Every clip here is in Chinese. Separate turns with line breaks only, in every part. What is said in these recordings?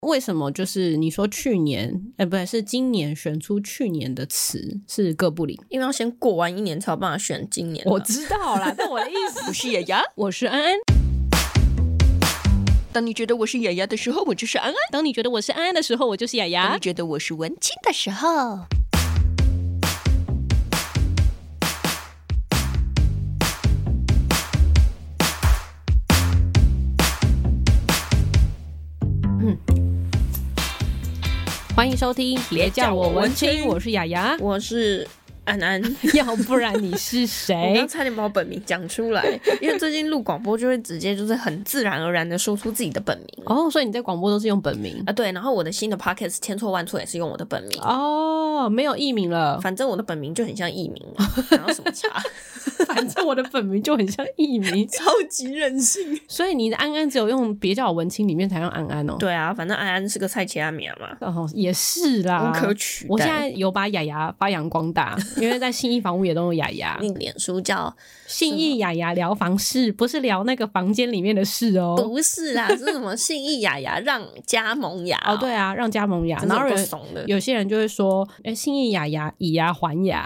为什么就是你说去年不是今年选出去年的词是哥布林？
因为要先过完一年才有办法选今年。
我知道啦，但我的意思
我是雅雅，
我是安安。
当你觉得我是雅雅的时候，我就是安安；
当你觉得我是安安的时候，我就是雅雅；
当你觉得我是文青的时候，
欢迎收听，别叫我文青，我是雅雅，
我是安安。
要不然你是谁？
我刚差点把我本名讲出来，因为最近录广播就会直接就是很自然而然的说出自己的本名。
哦，所以你在广播都是用本名
啊？对，然后我的新的 podcast 千错万错也是用我的本名。
哦，没有艺名了。
反正我的本名就很像艺名，然后什么差？
反正我的本名就很像艺名，
超级任性。
所以你的安安只有用别叫我文青里面才用安安哦。
对啊，反正安安是个菜切阿米嘛。
哦，也是啦，
无可取代。
我现在有把雅雅发扬光大，因为在信义房屋也都有雅雅。
你脸书叫
信义雅雅聊房事，不是聊那个房间里面的事哦。
不是啦，是什么信义雅雅让加盟雅
哦，对啊，让加盟雅。然后有些人就会说，信义雅雅以牙还牙。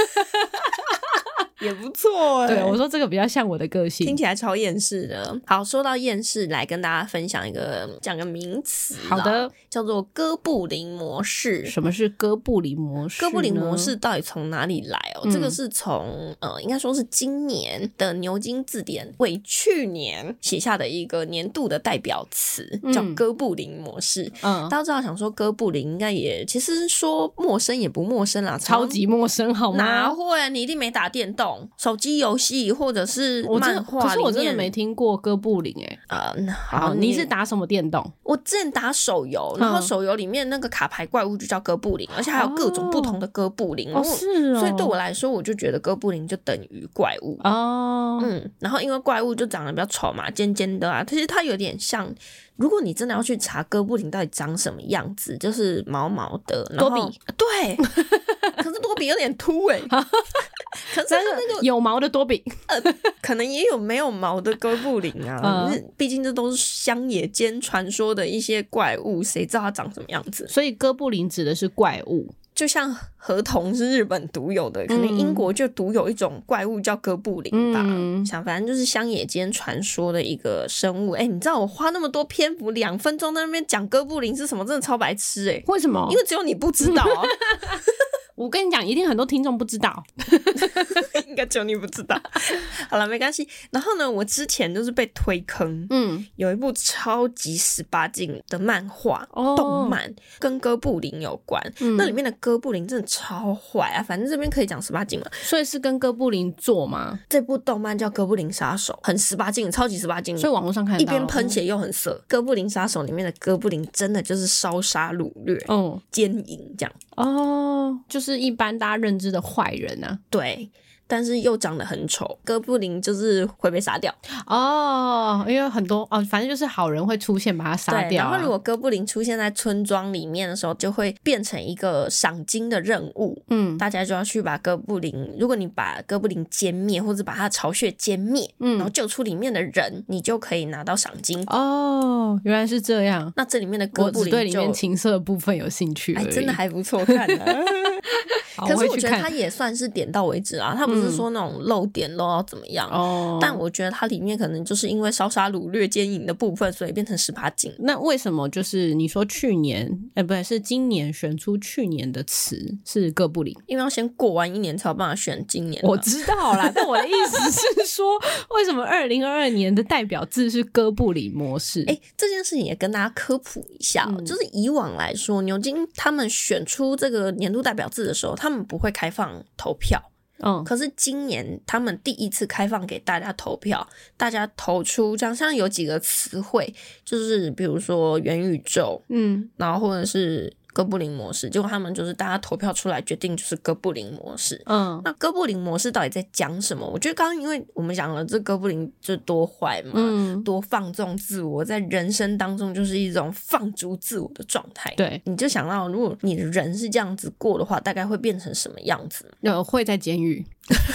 也不错欸。
对，我说这个比较像我的个性，
听起来超厌世的。好，说到厌世，来跟大家分享讲个名词。
好的，
叫做哥布林模式。
什么是哥布林模式？
哥布林模式到底从哪里来哦？这个是从应该说是今年的牛津字典为去年写下的一个年度的代表词，叫哥布林模式。大家知道想说哥布林应该也其实说陌生也不陌生啦，
超级陌生好吗？
哪会？你一定没打电动。手机游戏或者是漫画，
可是我真的没听过哥布林好，你是打什么电动？
我之前打手游，然后手游里面那个卡牌怪物就叫哥布林，而且还有各种不同的哥布林。
是哦。
所以对我来说，我就觉得哥布林就等于怪物哦。然后因为怪物就长得比较丑嘛，尖尖的啊，其实它有点像。如果你真的要去查哥布林到底长什么样子，就是毛毛的
多比，
对，可是多比有点秃可是那个
有毛的多比，
可能也有没有毛的哥布林啊。毕竟这都是乡野间传说的一些怪物，谁知道它长什么样子？
所以哥布林指的是怪物。
就像河童是日本独有的，可能英国就独有一种怪物叫哥布林吧。反正就是乡野间传说的一个生物。你知道我花那么多篇幅2分钟在那边讲哥布林是什么，真的超白痴
为什么？
因为只有你不知道啊。
我跟你讲，一定很多听众不知道。
应该只有你不知道。好了，没关系。然后呢，我之前就是被推坑，有一部超级18禁的漫画、动漫跟哥布林有关。那里面的哥布林真的超坏啊！反正这边可以讲18禁了。
所以是跟哥布林做吗？
这部动漫叫《哥布林杀手》，很18禁，超级18禁。
所以网络上看到
一边喷血又很色。哥布林杀手里面的哥布林真的就是烧杀掳掠、奸淫这样。
就是一般大家认知的坏人啊。
对，但是又长得很丑。哥布林就是会被杀掉
因为很多反正就是好人会出现把他杀掉。
然后如果哥布林出现在村庄里面的时候，就会变成一个赏金的任务。大家就要去把哥布林，如果你把哥布林歼灭或者把他巢穴歼灭，然后救出里面的人，你就可以拿到赏金。
原来是这样。
那这里面的哥布林
我只对里面情色的部分有兴趣而已。
真的还不错看可是我觉得它也算是点到为止啊，它不是说那种漏点漏到怎么样。但我觉得它里面可能就是因为烧杀掳掠奸淫的部分，所以变成18禁。
那为什么就是你说去年不是今年选出去年的词是哥布林？
因为要先过完一年才有办法选今年。
我知道啦，但我的意思是说，为什么2022年的代表字是哥布林模式？
这件事情也跟大家科普一下就是以往来说，牛津他们选出这个年度代表字的时候，他们不会开放投票。可是今年他们第一次开放给大家投票，大家投出像有几个词汇，就是比如说元宇宙，然后或者是哥布林模式，结果他们就是大家投票出来决定就是哥布林模式。那哥布林模式到底在讲什么？我觉得刚刚因为我们讲了这哥布林就多坏嘛，多放纵自我，在人生当中就是一种放逐自我的状态。
对，
你就想到如果你的人是这样子过的话，大概会变成什么样子？
会在监狱。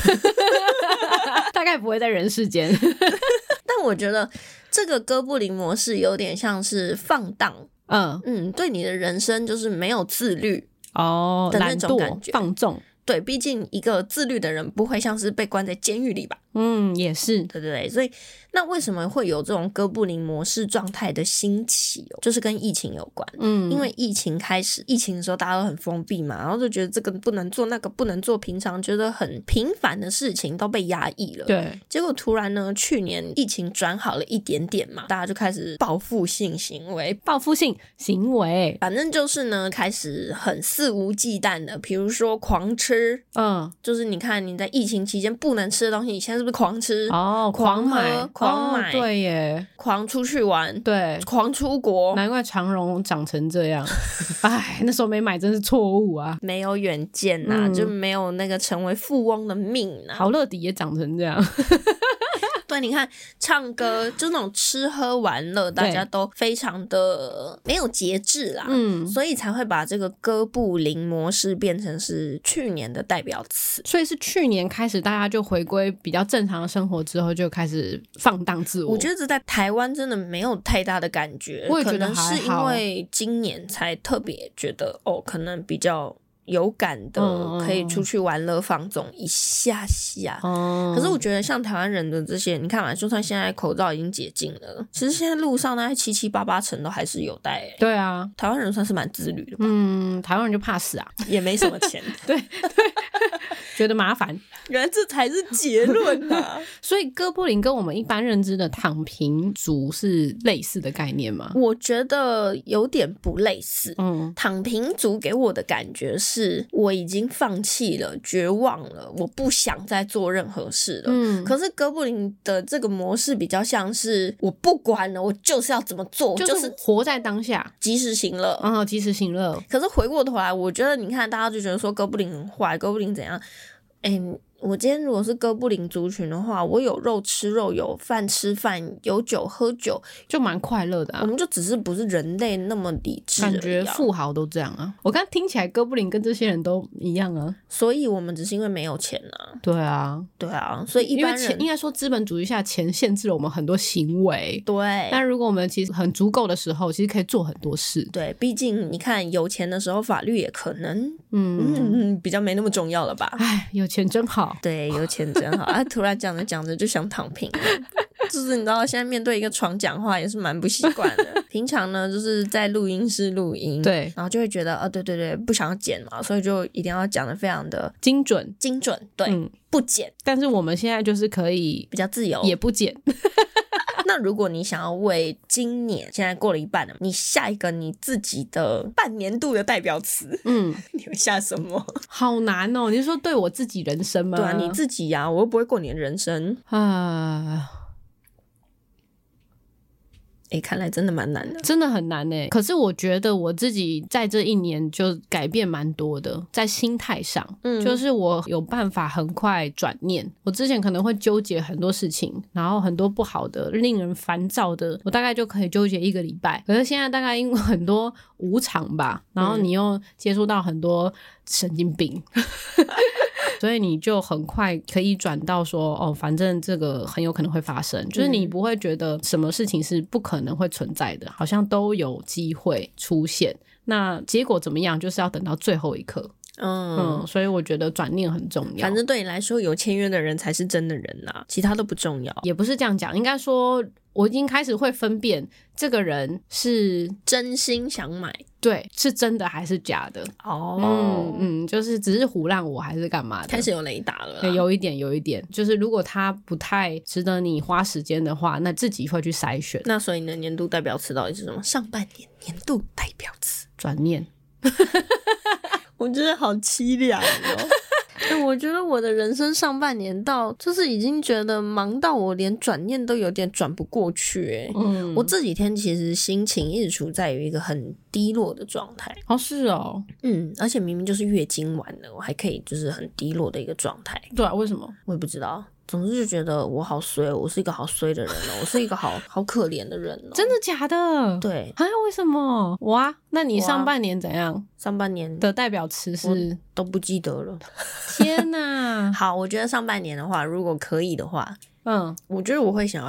大概不会在人世间。
但我觉得这个哥布林模式有点像是放荡对你的人生就是没有自律
的那种感觉，放纵。
对，毕竟一个自律的人不会像是被关在监狱里吧。
也是，
对对对，所以那为什么会有这种哥布林模式状态的兴起就是跟疫情有关。因为疫情的时候大家都很封闭嘛，然后就觉得这个不能做那个不能做，平常觉得很平凡的事情都被压抑了。
对，
结果突然呢，去年疫情转好了一点点嘛，大家就开始报复性行为，反正就是呢开始很肆无忌惮的，比如说狂吃，就是你看你在疫情期间不能吃的东西，你现在是不是狂吃？
狂买，对耶，
狂出去玩，
对，
狂出国，
难怪长荣长成这样。哎，那时候没买真是错误啊，
没有远见啊，就没有那个成为富翁的命啊。
好乐迪也长成这样。
对，你看唱歌就那种吃喝玩乐大家都非常的没有节制啦，所以才会把这个哥布林模式变成是去年的代表词。
所以是去年开始大家就回归比较正常的生活之后就开始放荡自我。
我觉得这在台湾真的没有太大的感觉，
我也觉得
可能是因为今年才特别觉得可能比较有感的可以出去玩乐放纵一下下。可是我觉得像台湾人的这些，你看嘛，就算现在口罩已经解禁了，其实现在路上大概7-8成都还是有戴。
对啊，
台湾人算是蛮自律的吧。
台湾人就怕死啊，
也没什么钱。
对，觉得麻烦。
原来这才是结论啊。
所以哥布林跟我们一般认知的躺平族是类似的概念吗？
我觉得有点不类似。躺平族给我的感觉是我已经放弃了，绝望了，我不想再做任何事了。可是哥布林的这个模式比较像是我不管了，我就是要怎么做，
就是活在当下，
及时行乐。
及时行乐。
可是回过头来，我觉得你看大家就觉得说哥布林很坏，哥布林怎样。我今天如果是哥布林族群的话，我有肉吃肉，有饭吃饭，有酒喝酒，
就蛮快乐的啊。
我们就只是不是人类那么理智而已啊，
感觉富豪都这样啊。我刚听起来哥布林跟这些人都一样啊，
所以我们只是因为没有钱啊。
对啊，
对啊，所以一般人
因为钱应该说资本主义下钱限制了我们很多行为。
对，
但如果我们其实很足够的时候，其实可以做很多事。
对，毕竟你看有钱的时候法律也可能比较没那么重要了吧。
哎，有钱真好。
对，有钱真好啊！突然讲着讲着就想躺平了。就是你知道现在面对一个床讲话也是蛮不习惯的。平常呢就是在录音室录音，
对，
然后就会觉得对，不想要剪嘛，所以就一定要讲的非常的
精准，
对，不剪。
但是我们现在就是可以
比较自由，
也不剪。
那如果你想要为今年现在过了一半了，你下一个你自己的半年度的代表词，你会下什么？
好难哦！你是说对我自己人生吗？
对啊，你自己啊，我又不会过你的人生啊。看来真的蛮难的，
真的很难耶。可是我觉得我自己在这一年就改变蛮多的，在心态上，就是我有办法很快转念。我之前可能会纠结很多事情，然后很多不好的令人烦躁的，我大概就可以纠结1个礼拜。可是现在大概因为很多无常吧，然后你又接触到很多神经病所以你就很快可以转到说反正这个很有可能会发生，就是你不会觉得什么事情是不可能会存在的，好像都有机会出现，那结果怎么样就是要等到最后一刻。所以我觉得转念很重要。
反正对你来说有签约的人才是真的人啊，其他都不重要。
也不是这样讲，应该说我已经开始会分辨这个人是
真心想买，
对，是真的还是假的。就是只是唬烂我还是干嘛的，
开始有雷达了。
对，有一点，就是如果他不太值得你花时间的话，那自己会去筛选。
那所以你的年度代表词到底是什么？上半年年度代表词
转念。
我觉得好凄凉哦。我觉得我的人生上半年到就是已经觉得忙到我连转念都有点转不过去我这几天其实心情一直处在于一个很低落的状态。
是哦。
而且明明就是月经完了，我还可以就是很低落的一个状态。
对啊，为什么？
我也不知道。总之就觉得我好衰，我是一个好衰的人我是一个好可怜的人
真的假的？
对
啊，为什么？哇，那你上半年怎样？
上半年
的代表词是
都不记得了。
天哪！
好，我觉得上半年的话，如果可以的话，我觉得我会想要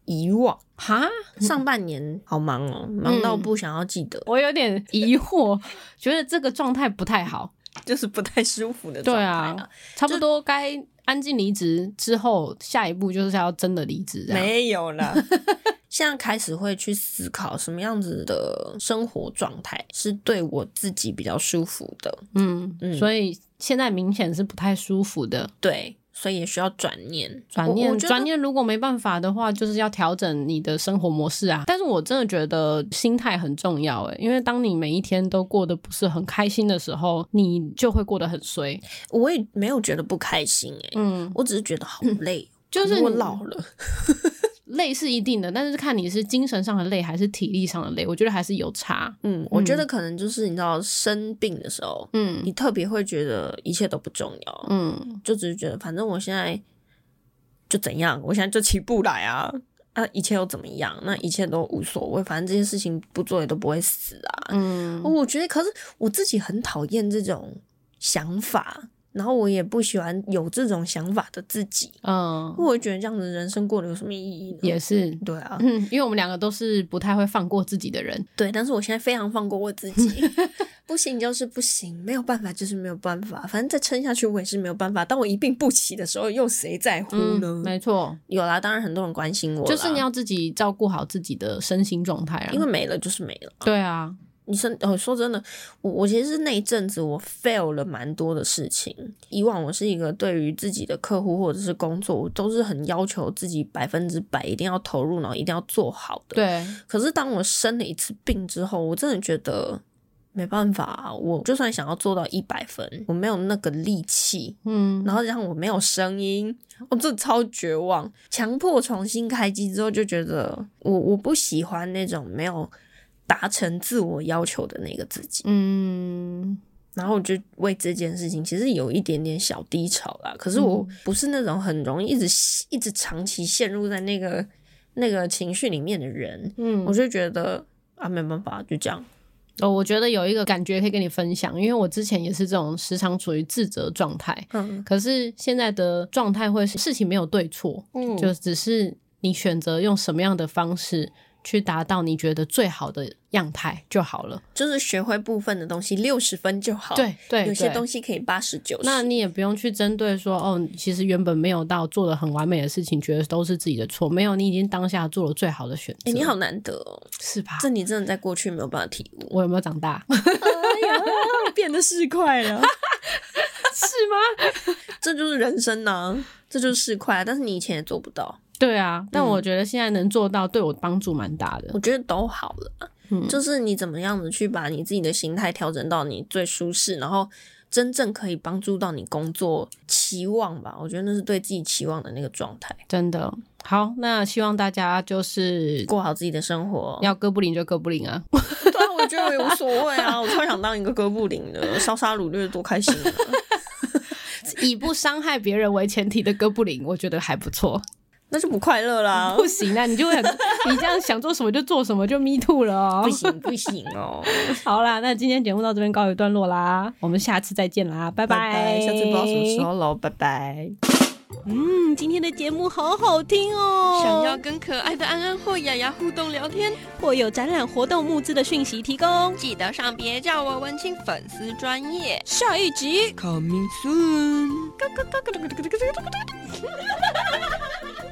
遗忘。
哈，
上半年好忙哦，忙到不想要记得。
我有点疑惑，觉得这个状态不太好，
就是不太舒服的状态。对啊，
差不多该安静离职之后，下一步就是要真的离职。
没有啦。现在开始会去思考什么样子的生活状态是对我自己比较舒服的。
所以现在明显是不太舒服的。
对，所以也需要转念。
转念如果没办法的话，就是要调整你的生活模式啊。但是我真的觉得心态很重要耶，因为当你每一天都过得不是很开心的时候，你就会过得很衰。
我也没有觉得不开心耶，我只是觉得好累，
就是
我老了。
累是一定的，但是看你是精神上的累还是体力上的累，我觉得还是有差。
我觉得可能就是你知道生病的时候，你特别会觉得一切都不重要，就只是觉得反正我现在就怎样，我现在就起不来啊，一切又怎么样？那一切都无所谓，反正这些事情不做也都不会死啊。我觉得，可是我自己很讨厌这种想法。然后我也不喜欢有这种想法的自己，我会觉得这样子人生过得有什么意义呢？
也是，
对啊，
因为我们两个都是不太会放过自己的人。
对，但是我现在非常放过我自己，不行就是不行，没有办法就是没有办法，反正再撑下去我也是没有办法。当我一病不起的时候，又谁在乎呢？
没错，
有啦，当然很多人关心我啦，
就是你要自己照顾好自己的身心状态啊，
因为没了就是没了。
对啊。
说真的，我其实是那一阵子我 fail 了蛮多的事情。以往我是一个对于自己的客户或者是工作，我都是很要求自己100%一定要投入，然后一定要做好的。
对。
可是当我生了一次病之后，我真的觉得没办法，我就算想要做到100分，我没有那个力气，然后让我没有声音，我真的超绝望。强迫重新开机之后，就觉得我不喜欢那种没有达成自我要求的那个自己，然后我就为这件事情其实有一点点小低潮啦。可是我不是那种很容易一直长期陷入在那个情绪里面的人，我就觉得没办法，就这样。
我觉得有一个感觉可以跟你分享，因为我之前也是这种时常处于自责状态，可是现在的状态会是事情没有对错，就只是你选择用什么样的方式去达到你觉得最好的样态就好了，
就是学会部分的东西60分就好。
对，
有些东西可以80、90。
那你也不用去针对说其实原本没有到做的很完美的事情，觉得都是自己的错。没有，你已经当下做了最好的选择。
你好难得哦，
是吧？
这你真的在过去没有办法体悟。
我有没有长大？
哎呀，变得市侩了，
是吗？
这就是人生啊，这就是市侩，但是你以前也做不到。
对啊，但我觉得现在能做到对我帮助蛮大的。
我觉得都好了，就是你怎么样子去把你自己的心态调整到你最舒适，然后真正可以帮助到你工作期望吧。我觉得那是对自己期望的那个状态。
真的好，那希望大家就是
过好自己的生活，
要哥布林就哥布林啊。
对啊，我觉得我也无所谓啊，我超想当一个哥布林的，烧杀掳掠多开心啊。
以不伤害别人为前提的哥布林，我觉得还不错。
那就不快乐啦。
不行啊，你就会你这样想做什么就做什么，就 me too 了哦。
不行哦。
好啦，那今天节目到这边告一段落啦，我们下次再见啦，拜拜。
下次不知道什么时候咯，拜拜。
今天的节目好好听哦。
想要跟可爱的安安或雅雅互动聊天，
或有展览活动募资的讯息提供，
记得上别叫我文青粉丝专页。
下一集
Coming soon。